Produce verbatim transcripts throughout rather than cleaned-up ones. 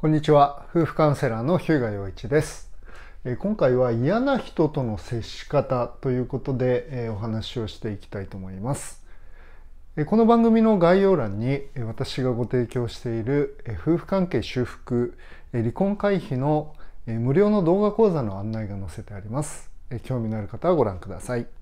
こんにちは。夫婦カウンセラーの日向陽一です。今回は嫌な人との接し方ということでお話をしていきたいと思います。この番組の概要欄に私がご提供している夫婦関係修復、離婚回避の無料の動画講座の案内が載せてあります。興味のある方はご覧ください。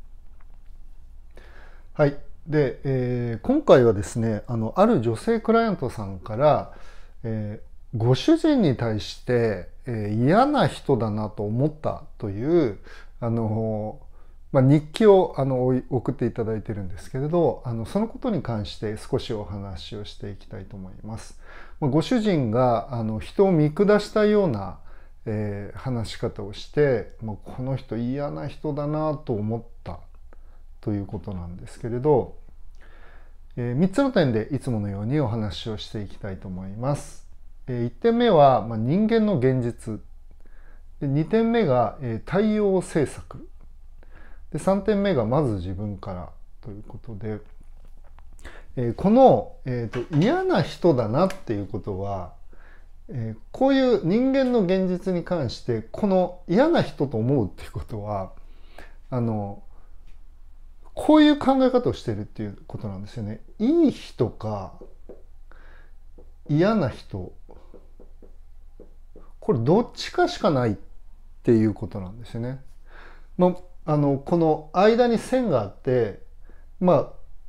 はい。で、えー、今回はですね、あの、ある女性クライアントさんから、えーご主人に対して、えー、嫌な人だなと思ったという、あの、まあ、日記をあの送っていただいているんですけれど、あのそのことに関して少しお話をしていきたいと思います。まあ、ご主人があの人を見下したような、えー、話し方をして、まあ、この人嫌な人だなと思ったということなんですけれど、えー、みっつの点でいつものようにお話をしていきたいと思います。いってんめは人間の現実。にてんめが対応政策。さんてんめがまず自分からということで、この嫌な人だなっていうことは、こういう人間の現実に関してこの嫌な人と思うっていうことは、あのこういう考え方をしているっていうことなんですよね。いい人か嫌な人、これどっちかしかないっていうことなんですよね。まあ、あのこの間に線があって、まあ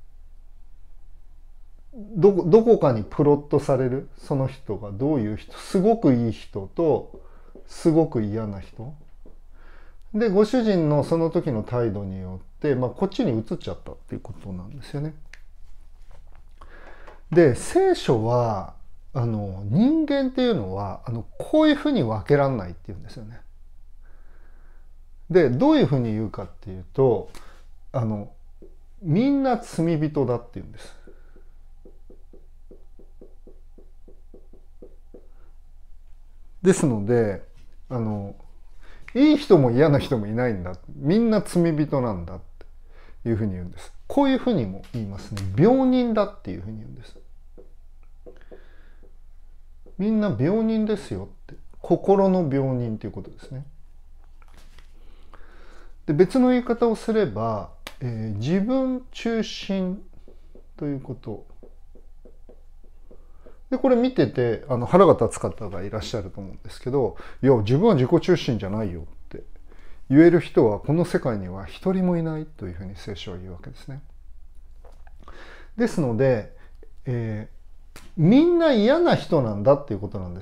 どどこかにプロットされるその人がどういう人、すごくいい人とすごく嫌な人で、ご主人のその時の態度によって、まあ、こっちに移っちゃったっていうことなんですよね。で、聖書はあの人間っていうのはあのこういうふうに分けらんないっていうんですよね。で、どういうふうに言うかっていうと、あのみんな罪人だっていうんです。ですので、あのいい人も嫌な人もいないんだ、みんな罪人なんだっていうふうに言うんです。こういうふうにも言いますね。病人だっていうふうに言うんです。みんな病人ですよって、心の病人ということですね。で、別の言い方をすれば、えー、自分中心ということで、これ見ててあの腹が立つ方がいらっしゃると思うんですけど、いや自分は自己中心じゃないよって言える人はこの世界には一人もいないというふうに聖書は言うわけですね。ですので、えー、みんな嫌な人なんだっていうことなんです。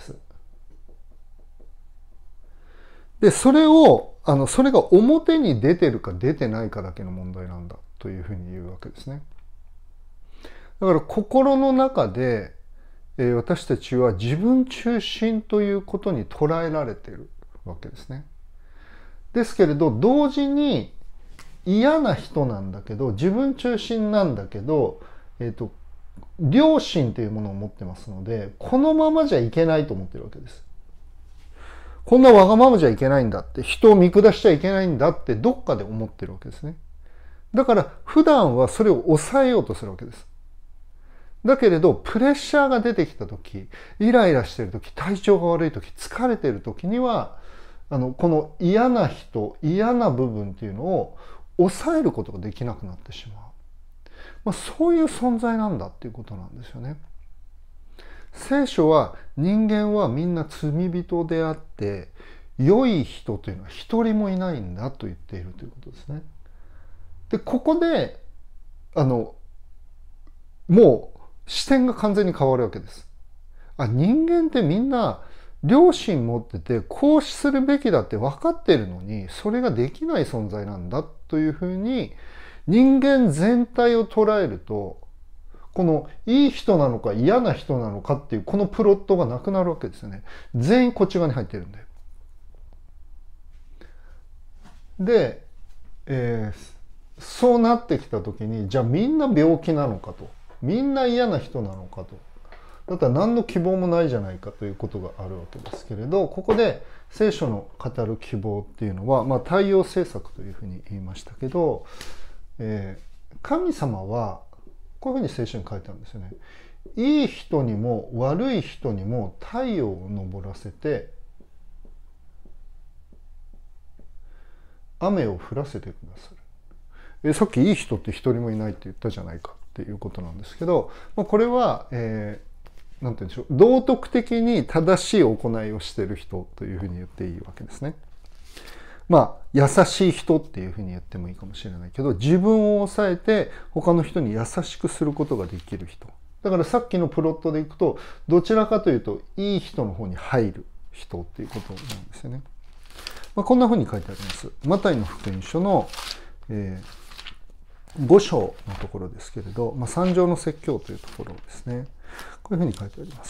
で、それをあのそれが表に出てるか出てないかだけの問題なんだというふうに言うわけですね。だから心の中で私たちは自分中心ということに捉えられているわけですね。ですけれど同時に嫌な人なんだけど、自分中心なんだけど、えっと良心というものを持ってますので、このままじゃいけないと思ってるわけです。こんなわがままじゃいけないんだって、人を見下しちゃいけないんだってどっかで思ってるわけですね。だから普段はそれを抑えようとするわけです。だけれどプレッシャーが出てきた時、イライラしてる時、体調が悪い時、疲れてる時には、あのこの嫌な人、嫌な部分っていうのを抑えることができなくなってしまう、まあ、そういう存在なんだっていうことなんですよね。聖書は人間はみんな罪人であって、良い人というのは一人もいないんだと言っているということですね。で、ここであのもう視点が完全に変わるわけです。あ、人間ってみんな良心持ってて、こうするべきだって分かってるのに、それができない存在なんだというふうに人間全体を捉えると、このいい人なのか嫌な人なのかっていうこのプロットがなくなるわけですよね。全員こっち側に入ってるんで。で、えー、そうなってきた時に、じゃあみんな病気なのかと、みんな嫌な人なのかと、だったら何の希望もないじゃないかということがあるわけですけれど、ここで聖書の語る希望っていうのは、まあ、太陽政策というふうに言いましたけど、えー、神様はこういうふうに聖書に書いてあるんですよね。 いい人にも悪い人にも太陽を昇らせて雨を降らせてくださる。えさっきいい人って一人もいないって言ったじゃないかっていうことなんですけど、まあ、これは、えー、なんて言うんでしょう、道徳的に正しい行いをしている人というふうに言っていいわけですね。まあ優しい人っていうふうに言ってもいいかもしれないけど、自分を抑えて他の人に優しくすることができる人。だからさっきのプロットでいくと、どちらかというといい人の方に入る人っていうことなんですよね。まあ、こんなふうに書いてあります。マタイの福音書の、えー、ご章のところですけれど、まあ、三条の説教というところですね。こういうふうに書いてあります。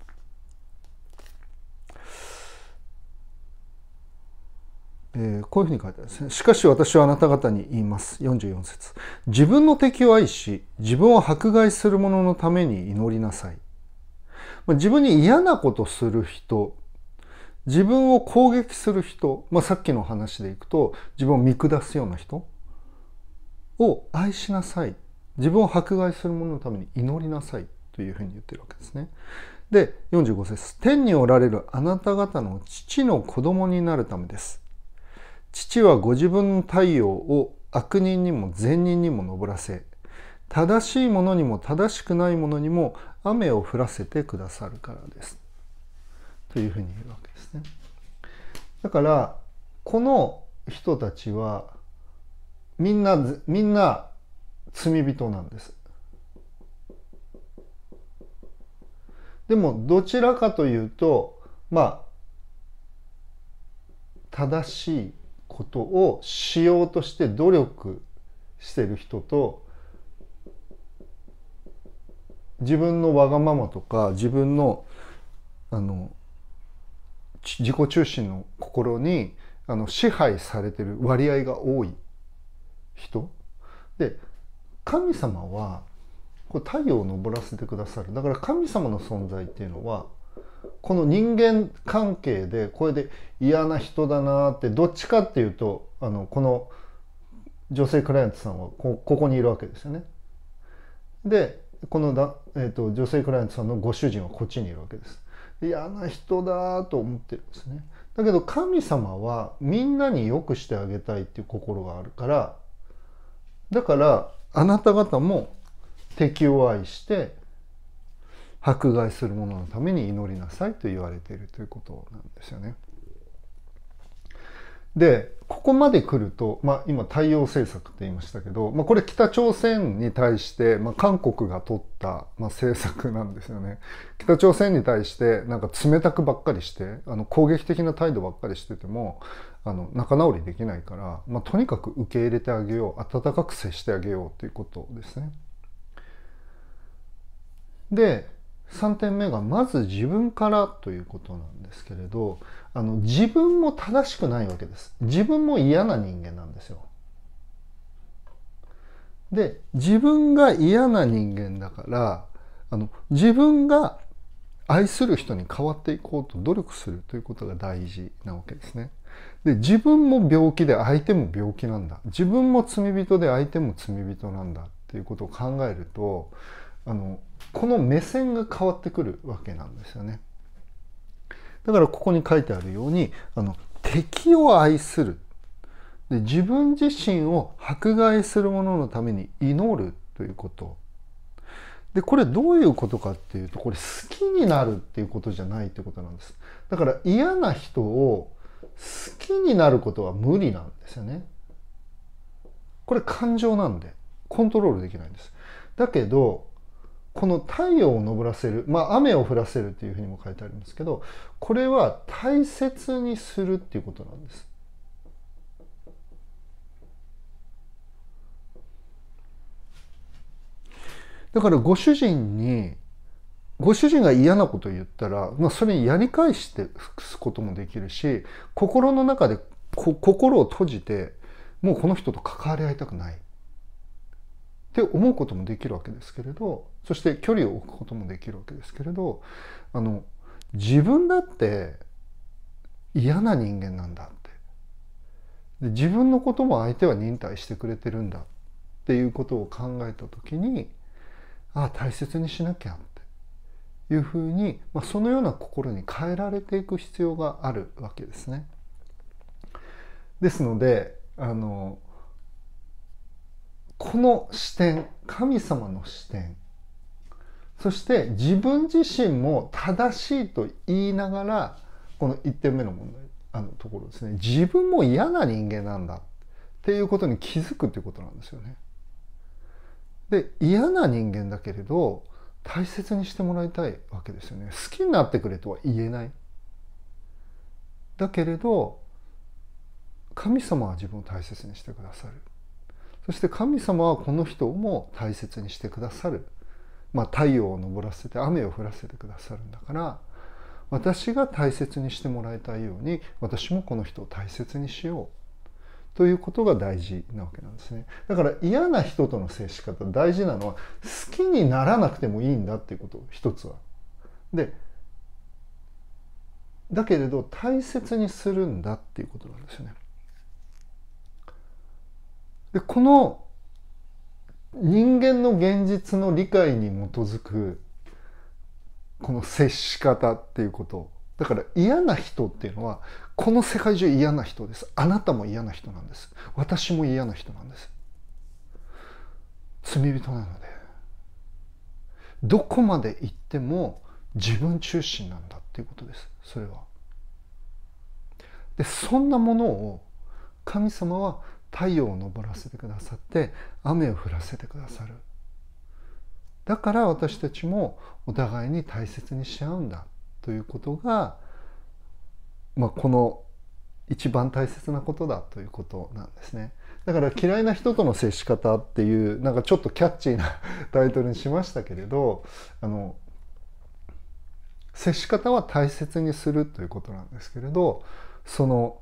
えー、こういうふうに書いてあるんですね。しかし私はあなた方に言います。よんじゅうよん節。自分の敵を愛し、自分を迫害する者のために祈りなさい。まあ、自分に嫌なことする人、自分を攻撃する人、まあ、さっきの話でいくと、自分を見下すような人を愛しなさい。自分を迫害する者のために祈りなさいというふうに言ってるわけですね。で、よんじゅうご節。天におられるあなた方の父の子供になるためです。父はご自分の太陽を悪人にも善人にも昇らせ、正しいものにも正しくないものにも雨を降らせてくださるからです。というふうに言うわけですね。だから、この人たちは、みんな、みんな罪人なんです。でも、どちらかというと、まあ、正しいことをしようとして努力してる人と、自分のわがままとか自分のあの自己中心の心にあの支配されてる割合が多い人で、神様はこれ太陽を昇らせてくださる。だから神様の存在っていうのはこの人間関係でこれで嫌な人だなってどっちかっていうとあのこの女性クライアントさんはこここにいるわけですよね。でこのだ、えーと、女性クライアントさんのご主人はこっちにいるわけです。嫌な人だと思ってるんですね。だけど神様はみんなに良くしてあげたいっていう心があるから、だからあなた方も敵を愛して迫害する者のために祈りなさいと言われているということなんですよね。で、ここまで来ると、まあ、今太陽政策って言いましたけど、まあ、これ北朝鮮に対して、まあ、韓国が取った、まあ、政策なんですよね。北朝鮮に対してなんか冷たくばっかりしてあの攻撃的な態度ばっかりしててもあの仲直りできないから、まあ、とにかく受け入れてあげよう、温かく接してあげようということですね。でさんてんめがまず自分からということなんですけれど、あの自分も正しくないわけです。自分も嫌な人間なんですよ。で自分が嫌な人間だからあの自分が愛する人に変わっていこうと努力するということが大事なわけですね。で自分も病気で相手も病気なんだ、自分も罪人で相手も罪人なんだっていうことを考えるとあのこの目線が変わってくるわけなんですよね。だからここに書いてあるようにあの敵を愛するで自分自身を迫害する者のために祈るということで、これどういうことかっていうと、これ好きになるっていうことじゃないってことなんです。だから嫌な人を好きになることは無理なんですよね。これ感情なんでコントロールできないんです。だけどこの太陽を昇らせる、まあ雨を降らせるっていうふうにも書いてあるんですけど、これは大切にするっていうことなんです。だからご主人にご主人が嫌なことを言ったら、まあ、それにやり返して服すこともできるし、心の中でこ心を閉じてもうこの人と関わり合いたくないって思うこともできるわけですけれど、そして距離を置くこともできるわけですけれど、あの自分だって嫌な人間なんだって、で自分のことも相手は忍耐してくれてるんだっていうことを考えた時に、ああ大切にしなきゃっていうふうに、まあ、そのような心に変えられていく必要があるわけですね。ですのであのこの視点、神様の視点、そして自分自身も正しいと言いながら、このいってんめの問題、あのところですね、自分も嫌な人間なんだっていうことに気づくっていうことなんですよね。で、嫌な人間だけれど大切にしてもらいたいわけですよね。好きになってくれとは言えない。だけれど神様は自分を大切にしてくださる。そして神様はこの人も大切にしてくださる。まあ太陽を昇らせて雨を降らせてくださるんだから、私が大切にしてもらいたいように私もこの人を大切にしようということが大事なわけなんですね。だから嫌な人との接し方、大事なのは好きにならなくてもいいんだっていうこと一つは。で、だけれど大切にするんだっていうことなんですよね。で、この人間の現実の理解に基づくこの接し方っていうこと、だから嫌な人っていうのはこの世界中嫌な人です。あなたも嫌な人なんです。私も嫌な人なんです。罪人なのでどこまで行っても自分中心なんだっていうことです。それは。で、そんなものを神様は太陽を昇らせてくださって雨を降らせてくださる。だから私たちもお互いに大切にし合うんだということが、まあ、この一番大切なことだということなんですね。だから嫌いな人との接し方っていうなんかちょっとキャッチーなタイトルにしましたけれど、あの接し方は大切にするということなんですけれど、その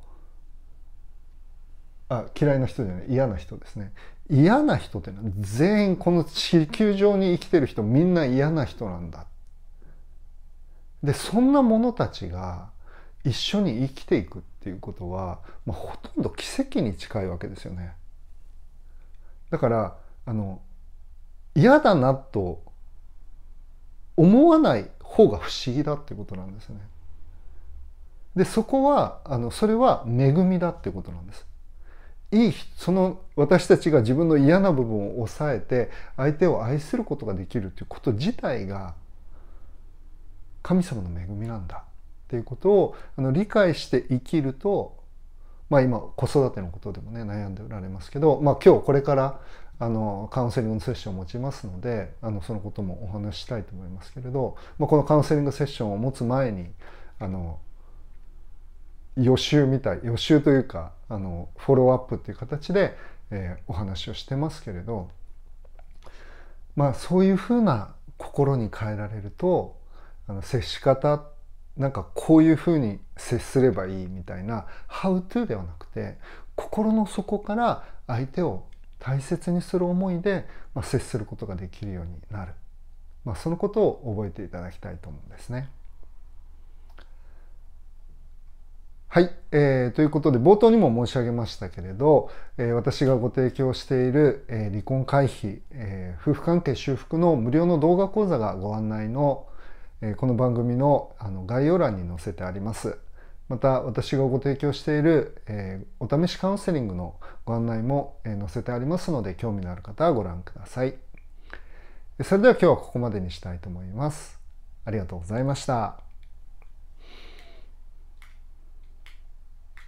あ嫌いな人じゃない、嫌な人ですね。嫌な人っていうのは全員この地球上に生きてる人みんな嫌な人なんだ。で、そんな者たちが一緒に生きていくっていうことは、まあ、ほとんど奇跡に近いわけですよね。だからあの嫌だなと思わない方が不思議だっていうことなんですね。で、そこはあのそれは恵みだっていうことなんです。いいその私たちが自分の嫌な部分を抑えて相手を愛することができるということ自体が神様の恵みなんだっていうことをあの理解して生きると、まあ今子育てのことでもね悩んでおられますけど、まあ今日これからあのカウンセリングのセッションを持ちますので、あのそのこともお話ししたいと思いますけれど、まあ、このカウンセリングセッションを持つ前にあの予習みたい予習というかあのフォローアップっていう形で、えー、お話をしてますけれど、まあそういうふうな心に変えられるとあの接し方なんかこういうふうに接すればいいみたいな How to ではなくて心の底から相手を大切にする思いで、まあ、接することができるようになる、まあ、そのことを覚えていただきたいと思うんですね。はい、えー、ということで冒頭にも申し上げましたけれど、えー、私がご提供している、えー、離婚回避、えー、夫婦関係修復の無料の動画講座がご案内の、えー、この番組の、あの概要欄に載せてあります。また私がご提供している、えー、お試しカウンセリングのご案内も、えー、載せてありますので興味のある方はご覧ください。それでは今日はここまでにしたいと思います。ありがとうございました。